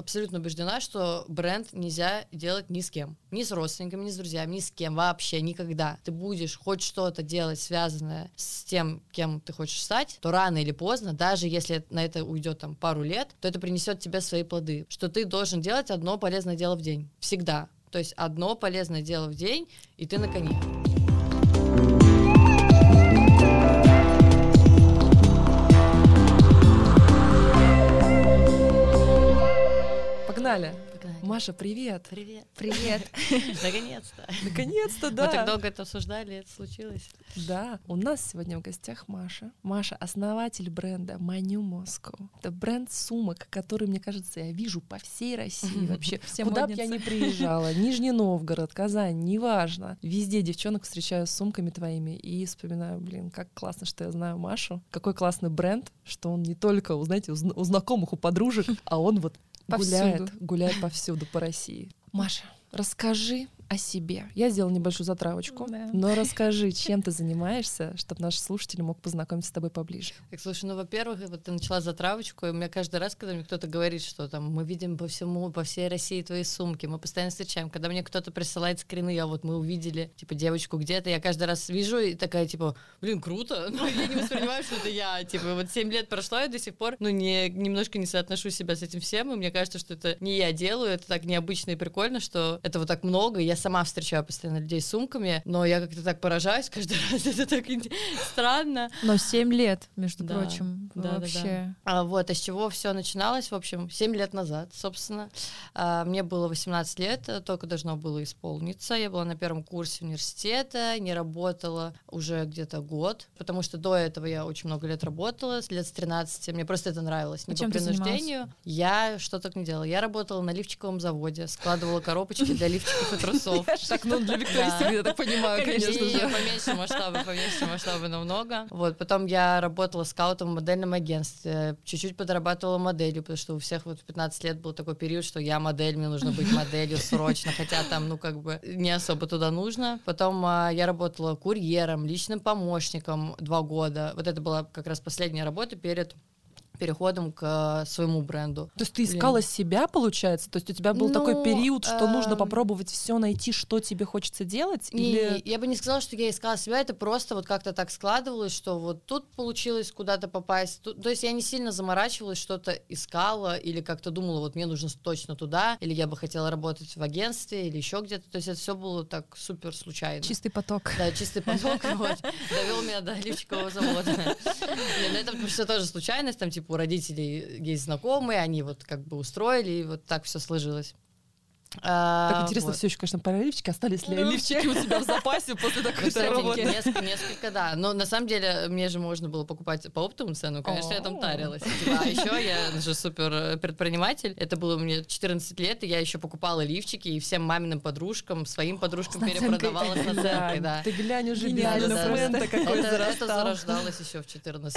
абсолютно убеждена, что бренд нельзя делать ни с кем. Ни с родственниками, ни с друзьями, ни с кем вообще, никогда. Ты будешь хоть что-то делать, связанное с тем, кем ты хочешь стать, то рано или поздно, даже если на это уйдет там пару лет, то это принесет тебе свои плоды. Что ты должен делать одно полезное дело в день. Всегда. То есть одно полезное дело в день, и ты на коне. Погнали. Маша, привет. Привет. Наконец-то. Наконец-то, да. Мы так долго это обсуждали, это случилось. Да, у нас сегодня в гостях Маша. Маша — основатель бренда My New Moscow. Это бренд сумок, который, мне кажется, я вижу по всей России вообще. Куда бы я ни приезжала, Нижний Новгород, Казань, неважно. Везде девчонок встречаю с сумками твоими и вспоминаю, как классно, что я знаю Машу. Какой классный бренд, что он не только, знаете, у знакомых, у подружек, а он вот гуляет повсюду по России. Маша, расскажи о себе. Я сделала небольшую затравочку, но расскажи, чем ты занимаешься, чтобы наш слушатель мог познакомиться с тобой поближе. Так, слушай, во-первых, вот ты начала затравочку, и у меня каждый раз, когда мне кто-то говорит, что там мы видим по всей России твои сумки, мы постоянно встречаем. Когда мне кто-то присылает скрины, мы увидели, девочку где-то, я каждый раз вижу и такая, круто, но я не воспринимаю, что это я. 7 лет прошло, я до сих пор, немножко не соотношу себя с этим всем, и мне кажется, что это не я делаю, это так необычно и прикольно, что это вот так много, я сама встречаю постоянно людей с сумками, но я как-то так поражаюсь каждый раз, это так странно. Но 7 лет, между прочим, вообще. Да. А с чего все начиналось, в общем, 7 лет назад, собственно. Мне было 18 лет, только должно было исполниться. Я была на первом курсе университета, не работала уже где-то год, потому что до этого я очень много лет работала, лет с 13, мне просто это нравилось, не по принуждению. Я что только не делала. Я работала на лифчиковом заводе, складывала коробочки для лифчиков и трусов. Так, для Виктории Секрет, я так понимаю, конечно же. Поменьше масштабы намного. Потом я работала скаутом в модельном агентстве, чуть-чуть подрабатывала моделью, потому что у всех в 15 лет был такой период, что я модель, мне нужно быть моделью срочно, хотя там, не особо туда нужно. Потом я работала курьером, личным помощником 2 года. Это была как раз последняя работа перед переходом к своему бренду. То есть ты искала себя, получается? То есть у тебя был такой период, что нужно попробовать все найти, что тебе хочется делать? Или... Я бы не сказала, что я искала себя, это просто как-то так складывалось, что тут получилось куда-то попасть. То есть я не сильно заморачивалась, что-то искала или как-то думала, мне нужно точно туда, или я бы хотела работать в агентстве, или еще где-то. То есть это все было так супер случайно. Чистый поток. Да, чистый поток. Довел меня до лифчикового завода. Это все тоже случайность, у родителей есть знакомые, они устроили, и так все сложилось. Так интересно, все еще, конечно, про лифчики. Остались ли лифчики у тебя в запасе после такой работы? Несколько, да. Но на самом деле мне же можно было покупать по оптовому цену, конечно, я там тарилась. А еще я же супер предприниматель. Это было мне 14 лет, и я еще покупала лифчики, и всем маминым подружкам, своим подружкам перепродавала с наценкой. Да. Ты глянь, уже бизнесмен-то какой зарастал. Это зарождалось еще в 14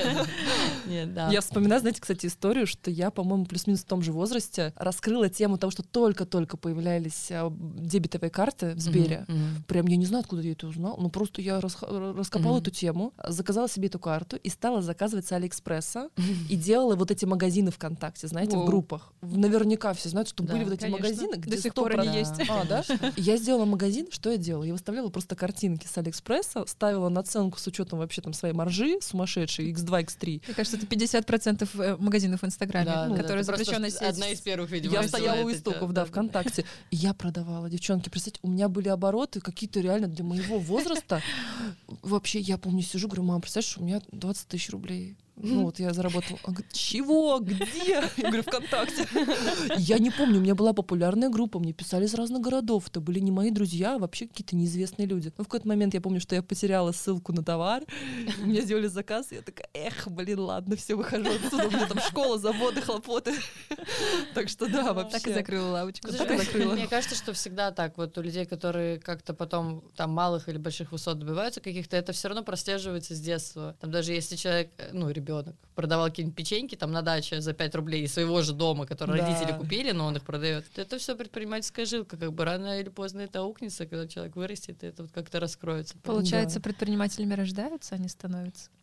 лет. Я вспоминаю, знаете, кстати, историю, что я, по-моему, плюс-минус в том же возрасте раскрыла тему того, что только появлялись дебетовые карты в Сбере. Прям я не знаю, откуда я это узнала, но просто я раскопала эту тему, заказала себе эту карту и стала заказывать с Алиэкспресса и делала эти магазины ВКонтакте, знаете, в группах. Наверняка все знают, что были эти магазины, где до сих пор они есть. Да? Я сделала магазин, что я делала? Я выставляла просто картинки с Алиэкспресса, ставила наценку с учетом вообще своей маржи сумасшедшей, X2, X3. Мне кажется, это 50% магазинов в Инстаграме, которые запрещенная сеть. Одна из первых, видимо. Я стояла у истоков, ВКонтакте. И я продавала, девчонки. Представьте, у меня были обороты какие-то реально для моего возраста. Вообще, я помню, сижу, говорю, мама, представляешь, у меня 20 тысяч рублей. Я заработала. Она говорит, чего? Где? Я говорю, ВКонтакте. Я не помню, у меня была популярная группа, мне писали из разных городов. Это были не мои друзья, а вообще какие-то неизвестные люди. В какой-то момент я помню, что я потеряла ссылку на товар. Мне сделали заказ, и я такая, ладно, все, выхожу отсюда. У меня там школа, заводы, хлопоты. Так что да, вообще. Так и закрыла лавочку. Мне кажется, что всегда так. У людей, которые как-то потом малых или больших высот добиваются каких-то, это все равно прослеживается с детства. Там даже если человек, ребенок продавал какие-нибудь печеньки на даче за 5 рублей из своего же дома, которые родители купили, но он их продает. Это все предпринимательская жилка, рано или поздно это аукнется, когда человек вырастет, и это как-то раскроется. Получается, предпринимателями рождаются, они становятся?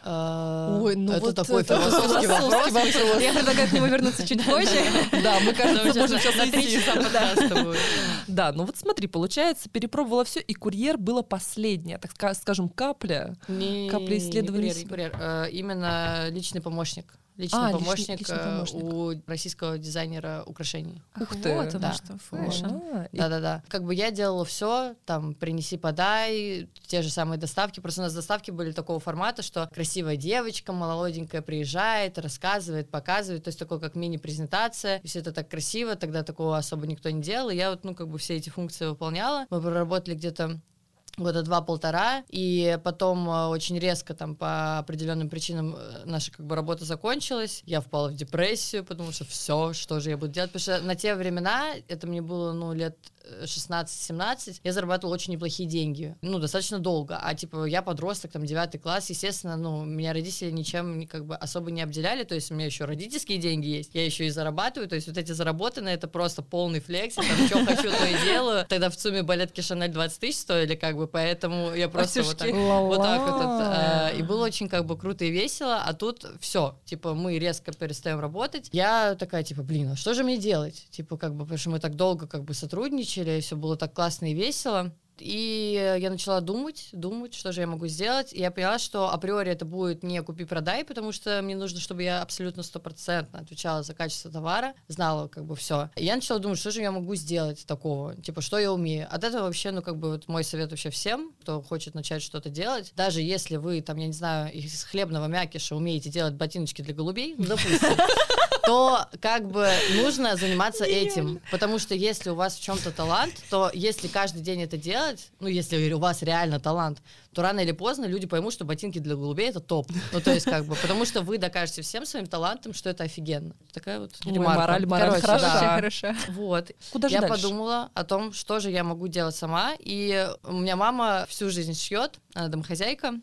Ой, ну это вот такой это философский вопрос. Я предлагаю к нему вернуться чуть позже. Да, мы, кажется, можем сейчас на 3 уйти. часа подкаста будет. Да, ну вот смотри, получается, перепробовала все, и «Курьер» было последняя, так скажем, капля исследований. Не курьер. Именно личный помощник. Личный помощник у российского дизайнера украшений. Ух ты, вот да. Что, фэшн. Да. Как бы я делала все, там, принеси, подай, те же самые доставки. Просто у нас доставки были такого формата, что красивая девочка, молоденькая приезжает, рассказывает, показывает, то есть такое как мини-презентация. Все это так красиво, тогда такого особо никто не делал. И я вот, ну, как бы все эти функции выполняла. Мы проработали где-то года 2-1.5, и потом очень резко там по определенным причинам наша как бы работа закончилась, я впала в депрессию, потому что все, что же я буду делать, потому что на те времена, это мне было, ну, лет 16-17, я зарабатывала очень неплохие деньги, ну, достаточно долго, а типа я подросток, там, 9 класс, естественно, ну, меня родители ничем как бы особо не обделяли, то есть у меня еще родительские деньги есть, я еще и зарабатываю, то есть вот эти заработанные, это просто полный флекс, я там что хочу, то и делаю, тогда в ЦУМе балетки Шанель 20 тысяч стоили, как бы, поэтому я просто вот так вот, и было очень как бы круто и весело, а тут все, типа мы резко перестаем работать, я такая, типа, блин, а что же мне делать, типа, как бы, потому что мы так долго как бы сотрудничали, все было так классно и весело. И я начала думать, что же я могу сделать. И я поняла, что априори это будет не купи-продай, потому что мне нужно, чтобы я абсолютно 100% отвечала за качество товара, знала как бы все. И я начала думать, что же я могу сделать такого, типа, что я умею. От этого вообще, ну, как бы вот мой совет вообще всем, кто хочет начать что-то делать, даже если вы, там, я не знаю, из хлебного мякиша умеете делать ботиночки для голубей, ну, допустим, то как бы нужно заниматься этим, потому что если у вас в чем-то талант, то если каждый день это делать, ну, если у вас реально талант, то рано или поздно люди поймут, что ботинки для голубей — это топ. Ну, то есть, как бы, потому что вы докажете всем своим талантом, что это офигенно. Такая вот ремарка. Мораль, хорошо. Вот. Куда же я дальше? Подумала о том, что же я могу делать сама, и у меня мама всю жизнь шьет, она домохозяйка,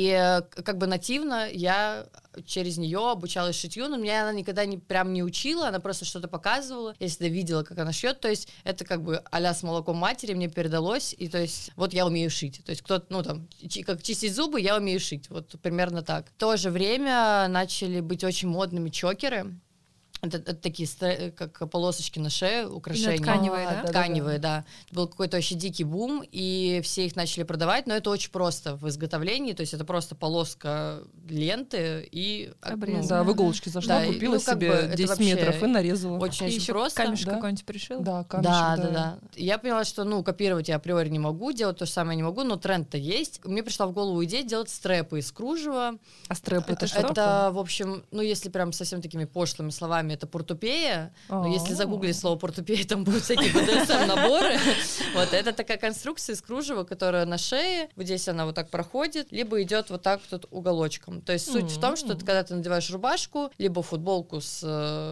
и как бы нативно я через нее обучалась шитью, но меня она никогда прям не учила, она просто что-то показывала, я всегда видела, как она шьет, то есть это как бы а-ля с молоком матери мне передалось, и то есть вот я умею шить, то есть кто-то, ну там, как чистить зубы, я умею шить, вот примерно так. В то же время начали быть очень модными чокеры. Это такие, как полосочки на шее, украшения. Тканевые, да? Тканевые, да. Был какой-то вообще дикий бум, и все их начали продавать, но это очень просто в изготовлении, то есть это просто полоска ленты и... Обрезанная. Да, в иголочке зашла, купила ну, себе 10 метров и нарезала. Очень просто. Камешек какой-нибудь пришил? Да, камешек, да. Я поняла, что, ну, копировать я априори не могу, делать то же самое не могу, но тренд-то есть. Мне пришла в голову идея делать стрэпы из кружева. А стрэпы это что? Это, в общем, ну, если прям совсем такими пошлыми словами, это портупея. Но если загуглить слово портупея, там будут всякие BDSM-наборы. Вот, это такая конструкция из кружева, которая на шее, вот здесь она вот так проходит, либо идет вот так тут уголочком. То есть суть в том, что когда ты надеваешь рубашку, либо футболку с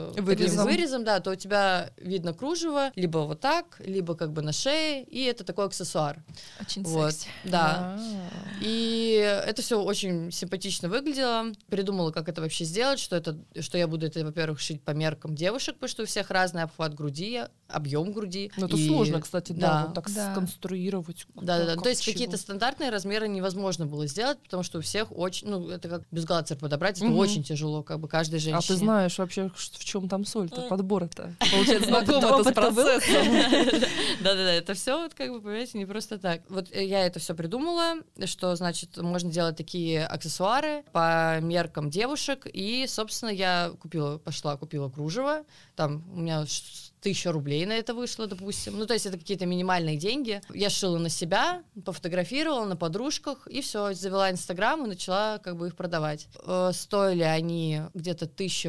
вырезом, да, то у тебя видно кружево, либо вот так, либо как бы на шее, и это такой аксессуар. Очень вот, секси. Да. И это все очень симпатично выглядело. Придумала, как это вообще сделать, что я буду это, во-первых, шить по меркам девушек, потому что у всех разный обхват груди, объем груди. Ну, это сложно, кстати, да, вот так сконструировать. Да. То есть какие-то стандартные размеры невозможно было сделать, потому что у всех очень, ну, это как бюстгальтер подобрать, это очень тяжело, как бы каждой женщине. А ты знаешь вообще, в чем там соль-то, подбор-то? Получается, знаком это с процессом. Да, это все, вот, как бы, понимаете, не просто так. Вот я это все придумала, что, значит, можно делать такие аксессуары по меркам девушек, и, собственно, я купила кружево, там у меня 1000 рублей на это вышло, допустим. Ну, то есть это какие-то минимальные деньги. Я шила на себя, пофотографировала на подружках, и все, завела Инстаграм и начала как бы их продавать. Стоили они где-то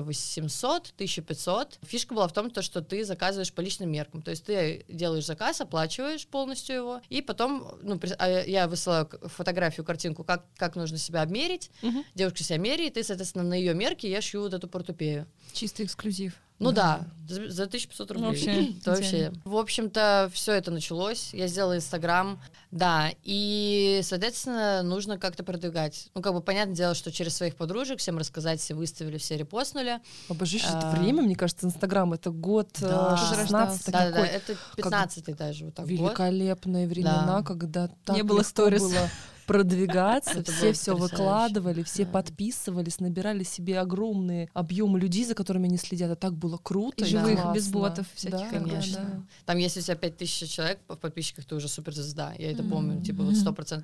1800-1500. Фишка была в том, что ты заказываешь по личным меркам. То есть ты делаешь заказ, оплачиваешь полностью его, и потом, ну, я высылаю фотографию, картинку, как нужно себя обмерить. Девушка себя меряет, и, соответственно, на ее мерки я шью вот эту портупею. Чистый эксклюзив. Ну да, за 1500 рублей. Вообще. В общем-то, все это началось. Я сделала Инстаграм, да, и, соответственно, нужно как-то продвигать. Ну, как бы, понятное дело, что через своих подружек всем рассказать, все выставили, все репостнули. Обожди, это время, мне кажется, Инстаграм, это год 16-й. Да, это 15-й даже. Вот так великолепные времена, когда так не было сторис. продвигаться, все выкладывали, все подписывались, набирали себе огромные объемы людей, за которыми они следят. Это так было круто. И живых, без ботов всяких. Да, конечно. Да. Там, если у тебя 5000 человек в подписчиках, ты уже суперзвезда. Я это помню. Типа вот 100%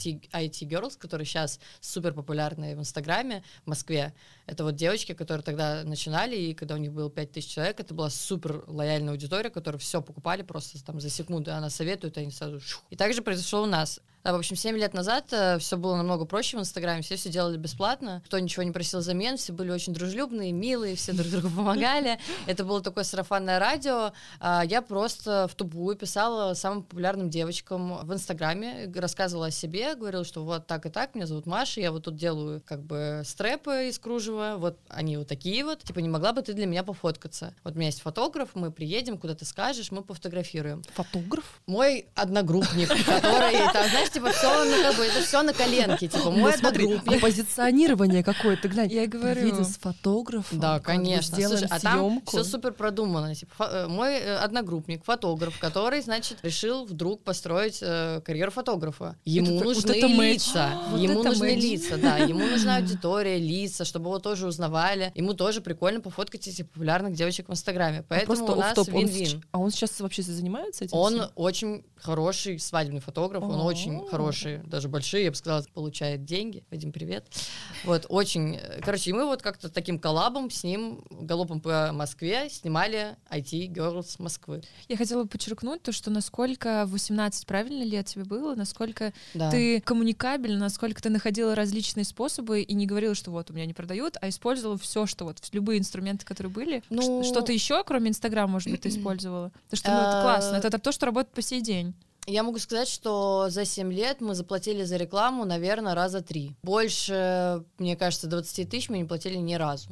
IT Girls, которые сейчас супер популярны в Инстаграме в Москве. Это вот девочки, которые тогда начинали, и когда у них было 5000 человек, это была супер лояльная аудитория, которая все покупали просто там за секунду. Она советует, они сразу... И также произошло у нас. Да, в общем, 7 лет назад все было намного проще в Инстаграме, все делали бесплатно, кто ничего не просил взамен, все были очень дружелюбные, милые, все друг другу помогали. Это было такое сарафанное радио. Я просто в тупую писала самым популярным девочкам в Инстаграме, рассказывала о себе, говорила, что вот так и так, меня зовут Маша, я вот тут делаю как бы стрэпы из кружева, вот они вот такие вот, типа не могла бы ты для меня пофоткаться? Вот у меня есть фотограф, мы приедем, куда ты скажешь, мы пофотографируем. Фотограф? Мой одногруппник, который, там, знаешь, типа, все, ну, как бы, это все на коленке, типа, мой одногруппник. Позиционирование какое-то, глянь. Я говорю. Приедем с фотографом. Да, конечно. Слушай, а там все супер продумано. Типа, мой одногруппник, фотограф, который, значит, решил вдруг построить карьеру фотографа. Ему нужны лица. Ему нужны лица, да. Ему нужна аудитория, лица, чтобы его тоже узнавали. Ему тоже прикольно пофоткать этих популярных девочек в Инстаграме. Поэтому у нас вин-вин. А он сейчас вообще занимается этим? Он очень хороший свадебный фотограф, он очень хороший, даже большие, я бы сказала, получает деньги. Вадим, привет. Вот, очень... Короче, и мы вот как-то таким коллабом с ним, галопом по Москве, снимали IT Girls Москвы. Я хотела подчеркнуть то, что насколько 18, правильно лет тебе было, насколько ты коммуникабельна, насколько ты находила различные способы и не говорила, что вот у меня не продают, а использовала все, что вот, любые инструменты, которые были. Что-то еще, кроме Инстаграма, может быть, ты использовала? Потому что это классно, это то, что работает по сей день. Я могу сказать, что за 7 лет мы заплатили за рекламу, наверное, раза 3. Больше, мне кажется, 20 тысяч мы не платили ни разу.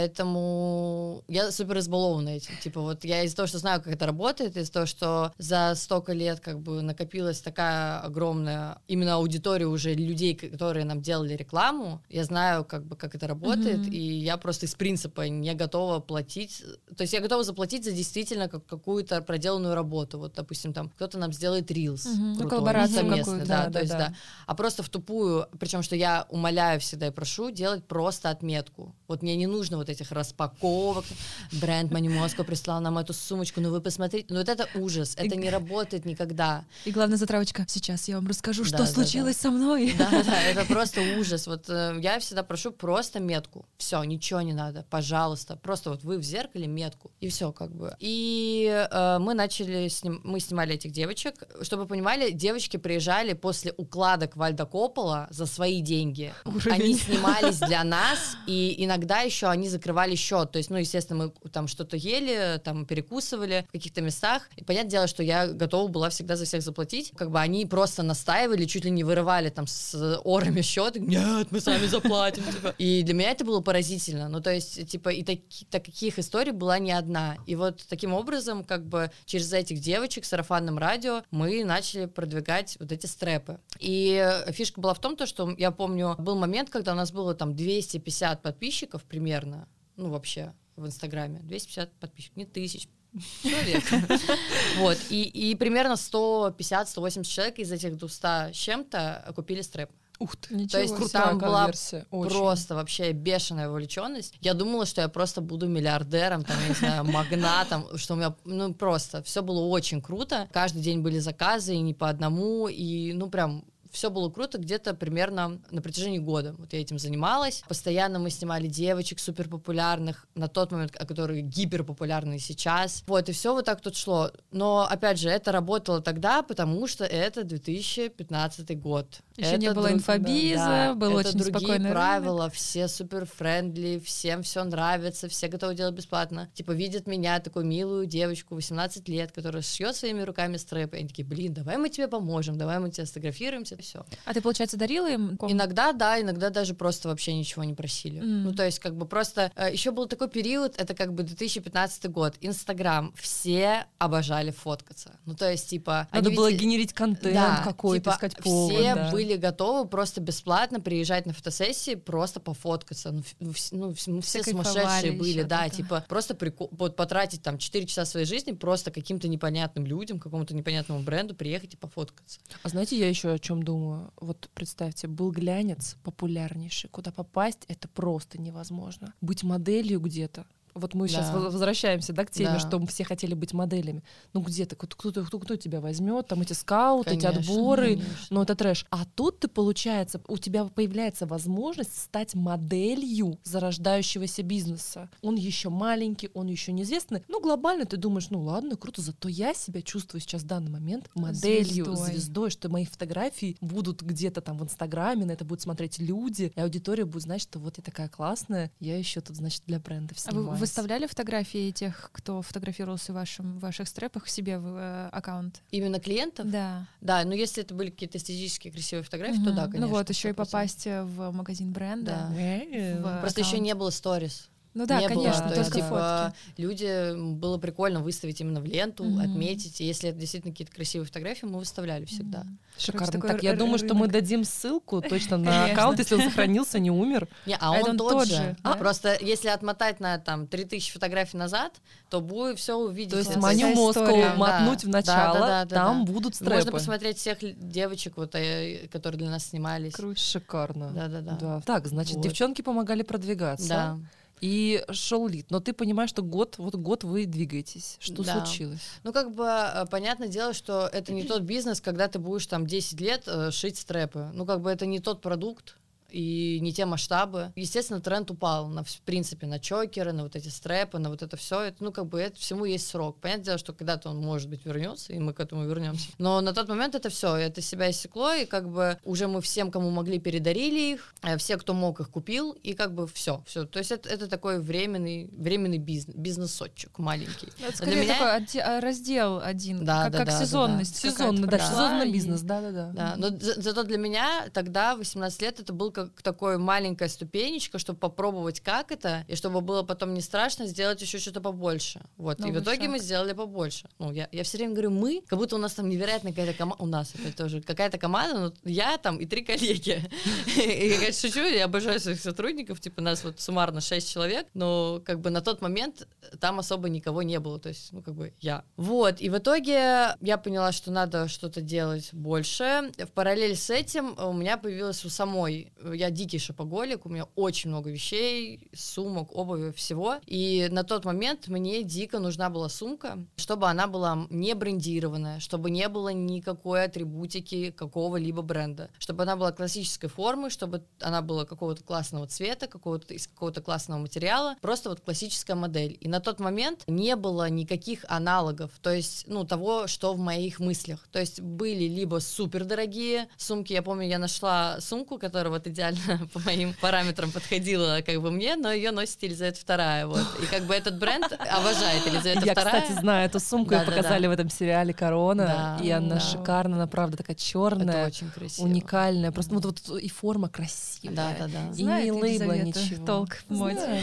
Поэтому я супер избалована этим. Типа вот я из-за того, что знаю, как это работает, из-за того, что за столько лет как бы накопилась такая огромная именно аудитория уже людей, которые нам делали рекламу, я знаю, как бы, как это работает, и я просто из принципа не готова платить. То есть я готова заплатить за действительно какую-то проделанную работу. Вот, допустим, там кто-то нам сделает рилс. Коллаборацию какую-то. Да, то есть, да. А просто в тупую, причем, что я умоляю всегда и прошу делать просто отметку. Вот мне не нужно вот этих распаковок. Бренд Money Moscow прислал нам эту сумочку, ну вы посмотрите. Ну вот это ужас, это не работает никогда. И главная затравочка. Сейчас я вам расскажу, что случилось со мной. Да, это просто ужас. Вот я всегда прошу просто метку. Все, ничего не надо, пожалуйста. Просто вот вы в зеркале метку. И все как бы. И мы снимали этих девочек. Чтобы вы понимали, девочки приезжали после укладок Вальда Коппола за свои деньги. Они снимались для нас, и иногда еще они закрывали счет. То есть, ну, естественно, мы там что-то ели, там перекусывали в каких-то местах. И понятное дело, что я готова была всегда за всех заплатить. Как бы они просто настаивали, чуть ли не вырывали там с орами счет. Нет, мы сами заплатим. Типа. И для меня это было поразительно. Ну, то есть, типа, и таких историй была не одна. И вот таким образом, как бы через этих девочек с сарафанным радио мы начали продвигать вот эти стрэпы. И фишка была в том, что я помню, был момент, когда у нас было там 250 подписчиков примерно, ну вообще в Инстаграме, 250 подписчиков, не тысяч, человек. Вот, и примерно 150-180 человек из этих 200 с чем-то купили стрэп. Ух ты, ничего. То есть там была просто вообще бешеная вовлеченность. Я думала, что я просто буду миллиардером, там, я не знаю, магнатом, что у меня, ну, просто все было очень круто. Каждый день были заказы, и не по одному, и, ну, прям все было круто где-то примерно на протяжении года. Вот я этим занималась. Постоянно мы снимали девочек суперпопулярных на тот момент, которые гиперпопулярны сейчас. Вот, и все вот так тут шло. Но, опять же, это работало тогда, потому что это 2015 год. Еще это не было инфобиза, был очень спокойный рынок. Другие правила, все супер-френдли, всем все нравится, все готовы делать бесплатно. Типа видят меня, такую милую девочку, 18 лет, которая шьет своими руками стрэпы. И они такие, блин, давай мы тебе поможем, давай мы тебе сфотографируемся. Все. А ты, получается, дарила им? Иногда, да, иногда даже просто вообще ничего не просили. Ну, то есть, как бы просто... Еще был такой период, это как бы 2015 год, Инстаграм, все обожали фоткаться. Ну, то есть, типа... Надо было генерить контент какой-то, искать повод. Все были были готовы просто бесплатно приезжать на фотосессии, просто пофоткаться. Мы все сумасшедшие были, да, типа просто потратить там 4 часа своей жизни просто каким-то непонятным людям, какому-то непонятному бренду приехать и пофоткаться. А знаете, я еще о чем думаю? Вот представьте, был глянец популярнейший, куда попасть это просто невозможно. Быть моделью где-то. Вот мы сейчас возвращаемся, да, к теме, что мы все хотели быть моделями. Ну где-то, кто тебя возьмет, там эти скауты, конечно, эти отборы, ну это трэш. А тут ты, получается, у тебя появляется возможность стать моделью зарождающегося бизнеса. Он еще маленький, он еще неизвестный. Ну глобально ты думаешь, ну ладно, круто, зато я себя чувствую сейчас в данный момент моделью, звездой, что мои фотографии будут где-то там в Инстаграме, на это будут смотреть люди, и аудитория будет знать, что вот я такая классная, я еще тут, значит, для брендов снимаю. Выставляли фотографии тех, кто фотографировался в ваших стрэпах, себе в аккаунт? Именно клиентов? Да. Да, но если это были какие-то эстетические красивые фотографии, то да, конечно. Ну вот, еще и попасть в магазин бренда. Да. Просто еще не было сторис. Ну да, не конечно, было. только типа, фотки. Люди, было прикольно выставить именно в ленту, отметить. И если это действительно какие-то красивые фотографии, мы выставляли всегда. Шикарно. Так, я думаю, что мы дадим ссылку точно на аккаунт, если он сохранился, не умер. Не, а он тот же. Просто если отмотать на там 3000 фотографий назад, то будет все увидеть. То есть Маню Москву мотнуть в начало, там будут стрэпы. Можно посмотреть всех девочек, вот, которые для нас снимались. Круто. Шикарно. Да. Так, значит, девчонки помогали продвигаться. Да. И шел лид. Но ты понимаешь, что год вы двигаетесь. Что случилось? Ну, как бы, понятное дело, что это не тот бизнес, когда ты будешь там 10 лет шить стрэпы. Ну, как бы, это не тот продукт и не те масштабы. Естественно, тренд упал, в принципе, на чокеры, на вот эти стрэпы, на вот это все. Это, ну, как бы, это всему есть срок. Понятное дело, что когда-то он, может быть, вернется, и мы к этому вернемся. Но на тот момент это все, это себя иссекло, и как бы уже мы всем, кому могли, передарили их, все, кто мог, их купил, и как бы все. То есть это такой временный бизнесочек маленький. Это скорее меня... такой раздел один, как сезонность. Сезонный бизнес, да. Но зато для меня тогда, 18 лет, это был как такая маленькая ступенечка, чтобы попробовать, как это, и чтобы было потом не страшно сделать еще что-то побольше. Вот. И в итоге мы сделали побольше. Ну, я все время говорю «мы», как будто у нас там невероятная какая-то команда, у нас это тоже какая-то команда, но я там и 3 коллеги. И я, конечно, шучу, я обожаю своих сотрудников, типа нас вот суммарно 6 человек, но как бы на тот момент там особо никого не было, то есть, ну, как бы я. Вот, и в итоге я поняла, что надо что-то делать больше. В параллель с этим у меня появилась у самой, я дикий шопоголик, у меня очень много вещей, сумок, обуви, всего. И на тот момент мне дико нужна была сумка, чтобы она была не брендированная, чтобы не было никакой атрибутики какого-либо бренда, чтобы она была классической формы, чтобы она была какого-то классного цвета, из какого-то классного материала, просто вот классическая модель. И на тот момент не было никаких аналогов, то есть, ну, того, что в моих мыслях. То есть были либо супердорогие сумки, я помню, я нашла сумку, которая вот идеально по моим параметрам подходила как бы мне, но ее носит Елизавета II, вот. И как бы этот бренд обожает Елизавета II. Я, кстати, знаю эту сумку, ее показали в этом сериале «Корона», и она шикарная, она правда такая черная, уникальная, просто вот и форма красивая, и не лейбла, ничего. Толк в моде.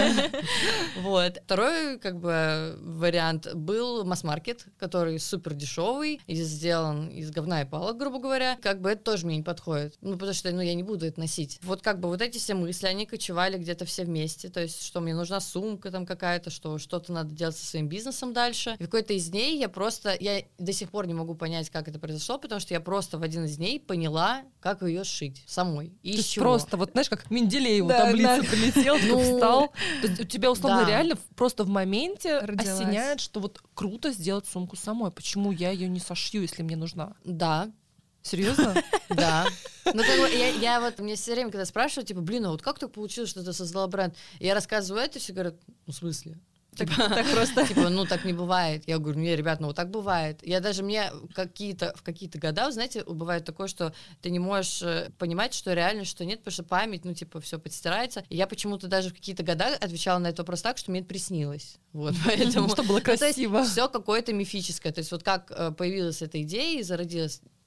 Вот. Второй как бы вариант был масс-маркет, который супер дешевый и сделан из говна и палок, грубо говоря. Как бы это тоже мне не подходит. Ну, потому что, я не буду это носить. Вот как бы вот эти все мысли, они кочевали где-то все вместе. То есть, что мне нужна сумка там какая-то, что что-то надо делать со своим бизнесом дальше. И в какой-то из дней я до сих пор не могу понять, как это произошло, потому что я просто в один из дней поняла, как ее сшить самой. И из чего. Просто, вот знаешь, как Менделееву таблица прилетел, ты встал. То есть у тебя условно реально просто в моменте осеняет, что вот круто сделать сумку самой. Почему я ее не сошью, если мне нужна? Да. Серьезно? Да. Ну, как бы, я вот, мне все время, когда спрашивают, типа, а вот как так получилось, что ты создала бренд? И я рассказываю это, все говорят, в смысле? Так просто. Так не бывает. Я говорю, не, ребят, вот так бывает. Я даже мне в какие-то года, знаете, бывает такое, что ты не можешь понимать, что реально, что нет, потому что память, все подстирается. И я почему-то даже в какие-то года отвечала на этот вопрос так, что мне это приснилось. Вот, поэтому... Что было красиво. Все какое-то мифическое. То есть вот как появилась эта идея и зародилась,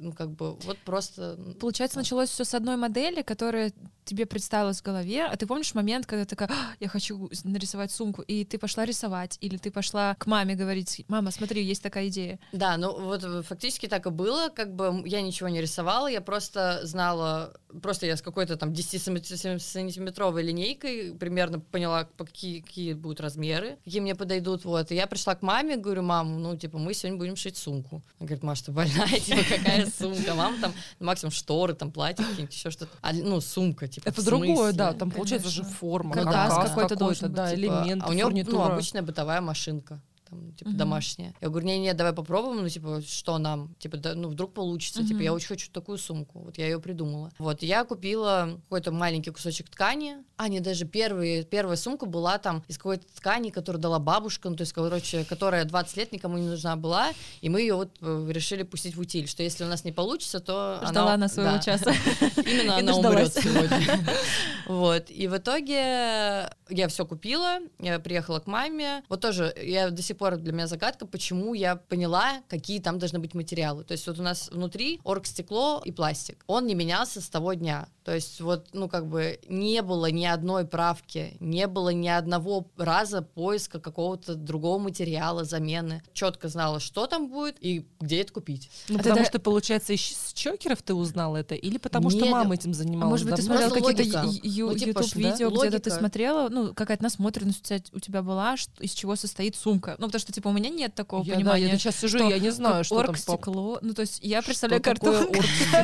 как бы вот просто... Получается, началось все с одной модели, которая тебе представилась в голове, а ты помнишь момент, когда ты такая, я хочу нарисовать сумку, и ты пошла рисовать, или ты пошла к маме говорить, мама, смотри, есть такая идея. Да, ну вот фактически так и было, как бы я ничего не рисовала, я просто знала, просто я с какой-то там 10-сантиметровой линейкой примерно поняла, какие будут размеры, какие мне подойдут, вот, и я пришла к маме, говорю, мам, ну, типа, мы сегодня будем шить сумку. Она говорит, Маша, ты больная, типа, какая сумка? Мама там, максимум шторы, там, платье какие-нибудь, еще что-то, ну, сумка, типа, это другое, да, там получается же форма, какой-то должен быть, да, элемент, а у нее, ну, обычная бытовая машинка. Типа, домашняя. Я говорю, нет, давай попробуем, ну, типа, что нам? Типа, да, ну, вдруг получится. Типа, я очень хочу такую сумку. Вот я ее придумала. Вот, я купила какой-то маленький кусочек ткани. Даже первая сумка была там из какой-то ткани, которую дала бабушка, ну, то есть, короче, которая 20 лет никому не нужна была, и мы ее вот решили пустить в утиль, что если у нас не получится, то ждала она своего часа. Именно она умрет сегодня. Вот, и в итоге я все купила, я приехала к маме. Вот тоже, я до сих пор для меня загадка, почему я поняла, какие там должны быть материалы. То есть вот у нас внутри оргстекло и пластик. Он не менялся с того дня. То есть вот, ну, как бы не было ни одной правки, не было ни одного раза поиска какого-то другого материала, замены. Четко знала, что там будет и где это купить. Ну, потому что, получается, из чокеров ты узнала это? Или потому что мама этим занималась? Может быть, ты смотрела какие-то YouTube-видео, где-то ты смотрела, ну, какая-то насмотренность у тебя была, из чего состоит сумка. Ну, потому что, типа, у меня нет такого понимания. Я сейчас сижу, я не знаю, что там. Оргстекло. Ну, то есть я представляю картонку.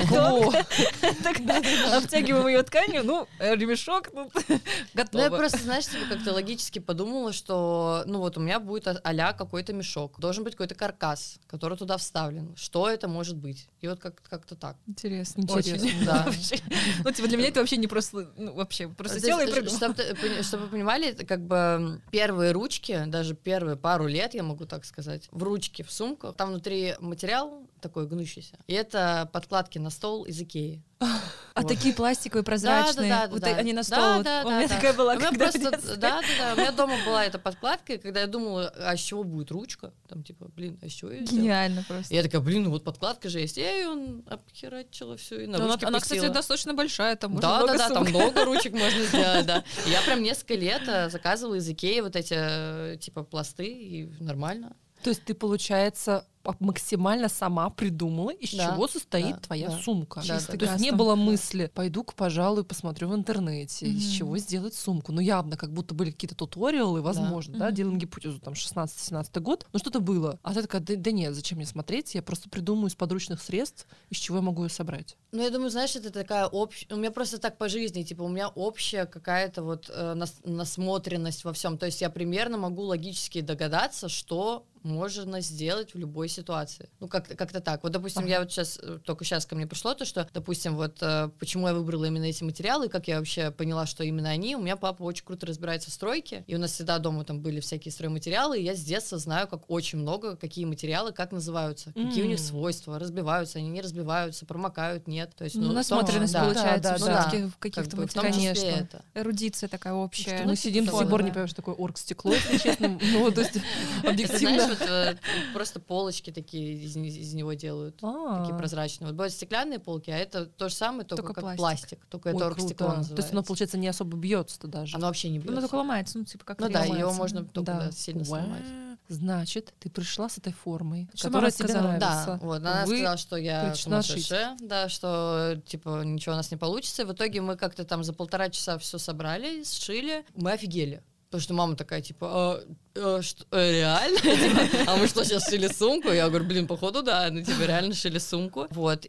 Обтягиваем ее тканью, ну, ремешок, ну, готово. Ну, я просто, знаешь, типа, как-то логически подумала, что, ну, вот у меня будет а-ля какой-то мешок, должен быть какой-то каркас, который туда вставлен. Что это может быть? И вот как-то так. Интересно. Очень, да. Ну, типа, для меня это вообще не просто, ну, вообще, просто села и придумала. Чтобы вы понимали, как бы первые ручки, даже первые пару лет, я могу так сказать, в ручке, в сумку, там внутри материал такой гнущийся, и это подкладки на стол из Икеи. А такие пластиковые, прозрачные, вот они на стол. У меня такая была, когда Да, у меня дома была эта подкладка, и когда я думала, а с чего будет ручка, там типа, с чего ее сделать? Гениально просто. Я такая, ну вот подкладка же есть, я ее обхерачила все и на ручке Она, кстати, достаточно большая, там можно много сумок. Там много ручек можно сделать, да. Я прям несколько лет заказывала из Икеи вот эти типа пласты, и нормально. То есть ты, получается, максимально сама придумала, из чего состоит твоя сумка. То есть не было мысли, пойду-ка, пожалуй, посмотрю в интернете, из чего сделать сумку. Ну, явно, как будто были какие-то туториалы, возможно, да, делаем гипотезу, там, 16-17 год, ну, что-то было. А ты такая, да нет, зачем мне смотреть, я просто придумаю из подручных средств, из чего я могу ее собрать. Ну, я думаю, знаешь, это такая общая... У меня просто так по жизни, типа, у меня общая какая-то вот насмотренность во всем. То есть я примерно могу логически догадаться, что можно сделать в любой ситуации. Ну, как-то так. Вот, допустим, я вот только сейчас ко мне пришло то, что, допустим, вот почему я выбрала именно эти материалы, и как я вообще поняла, что именно они. У меня папа очень круто разбирается в стройке, и у нас всегда дома там были всякие стройматериалы, и я с детства знаю, как очень много, какие материалы, как называются, какие у них свойства, разбиваются, они не разбиваются, промокают, нет. То есть, насмотренность получается все-таки в каких-то материалах. Конечно. Эрудиция такая общая. Мы сидим до сих пор, не понимаем, что такое оргстекло, если честно. Ну, то есть, объективно. Вот, просто полочки такие из него делают, такие прозрачные. Вот бывают стеклянные полки, а это то же самое, только как пластик. Только это оргстекло называется. То есть оно, получается, не особо бьется даже. Оно вообще не бьется. Оно только ломается, ну типа как да, его можно только сильно сломать. Значит, ты пришла с этой формой, что которая тебе нравится. Да, вот, она сказала, что я сумасшедшая, да, что, типа, ничего у нас не получится. И в итоге мы как-то там за 1,5 часа все собрали, сшили. Мы офигели. Потому что мама такая, типа, что, реально? А мы что, сейчас шили сумку? Я говорю, походу, да, ну, типа, реально шили сумку. Вот,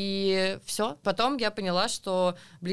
и все. Потом я поняла, что,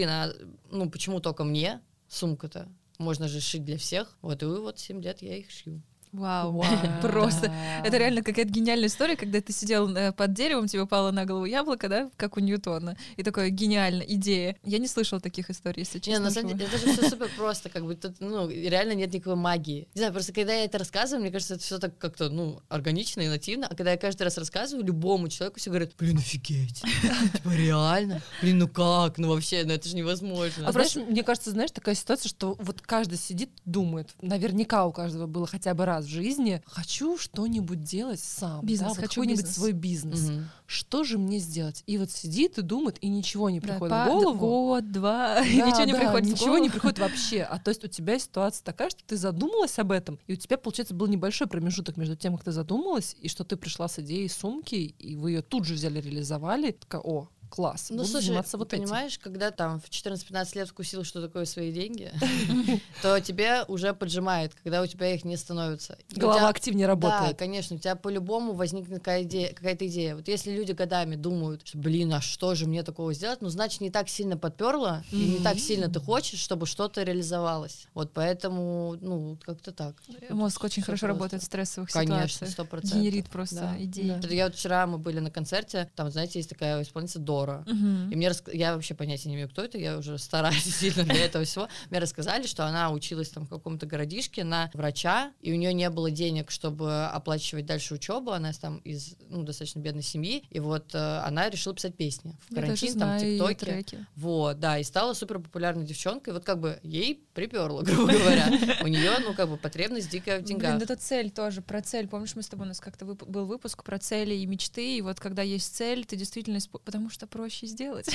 ну, почему только мне сумка-то? Можно же шить для всех. Вот, и вот 7 лет я их шью. Вау. Просто. Это реально какая-то гениальная история, когда ты сидел под деревом, тебе упало на голову яблоко, да, как у Ньютона. И такое гениальная идея. Я не слышала таких историй, если честно. Не, на самом деле, это же все супер просто, как бы тут, ну, реально нет никакой магии. Не знаю, просто когда я это рассказываю, мне кажется, это все так как-то, ну, органично и нативно. А когда я каждый раз рассказываю, любому человеку все говорят, офигеть, типа реально? Ну как? Ну вообще, ну это же невозможно. А знаешь, мне кажется, такая ситуация, что вот каждый сидит, думает, наверняка у каждого было хотя бы раз раз в жизни хочу что-нибудь делать сам. Бизнес, да, хочу какой-нибудь бизнес. свой бизнес. Что же мне сделать? И вот сидит и думает, и ничего не приходит Да, в голову. Год, два, Да, ничего не приходит в ничего голову. не приходит вообще. А то есть у тебя ситуация такая, что ты задумалась об этом, и у тебя, получается, был небольшой промежуток между тем, как ты задумалась, и что ты пришла с идеей сумки, и вы ее тут же взяли, реализовали. Такая, о, класс, Ну, буду слушай, заниматься вот этим. понимаешь, когда там в 14-15 лет вкусил, что такое свои деньги, то тебе уже поджимает, когда у тебя их не становится. Голова активнее Да, работает. конечно, у тебя по-любому возникнет какая-то идея. Вот если люди годами думают, что, блин, а что же мне такого сделать, ну, значит, не так сильно подперло, и не так сильно ты хочешь, чтобы что-то реализовалось. Вот поэтому, ну, как-то так. Мозг очень Всё хорошо просто. работает в стрессовых Конечно, ситуациях. 100%. Генерит просто Да. идеи. Да. Это я вот вчера, мы были на концерте, там, знаете, есть такая исполнительница Дора. И мне я вообще понятия не имею, кто это, я уже стараюсь сильно для этого всего. Мне рассказали, что она училась там в каком-то городишке на врача, и у нее не было денег, чтобы оплачивать дальше учебу, она там из достаточно бедной семьи, и вот она решила писать песни в карантин, там, в ТикТоке. Вот, да, и стала супер популярной девчонкой, вот как бы ей приперло, грубо говоря. У нее, ну, как бы потребность дикая в деньгах. Блин, это цель тоже, про цель. Помнишь, мы с тобой, у нас как-то был выпуск про цели и мечты, и вот когда есть цель, ты действительно... Потому что проще сделать.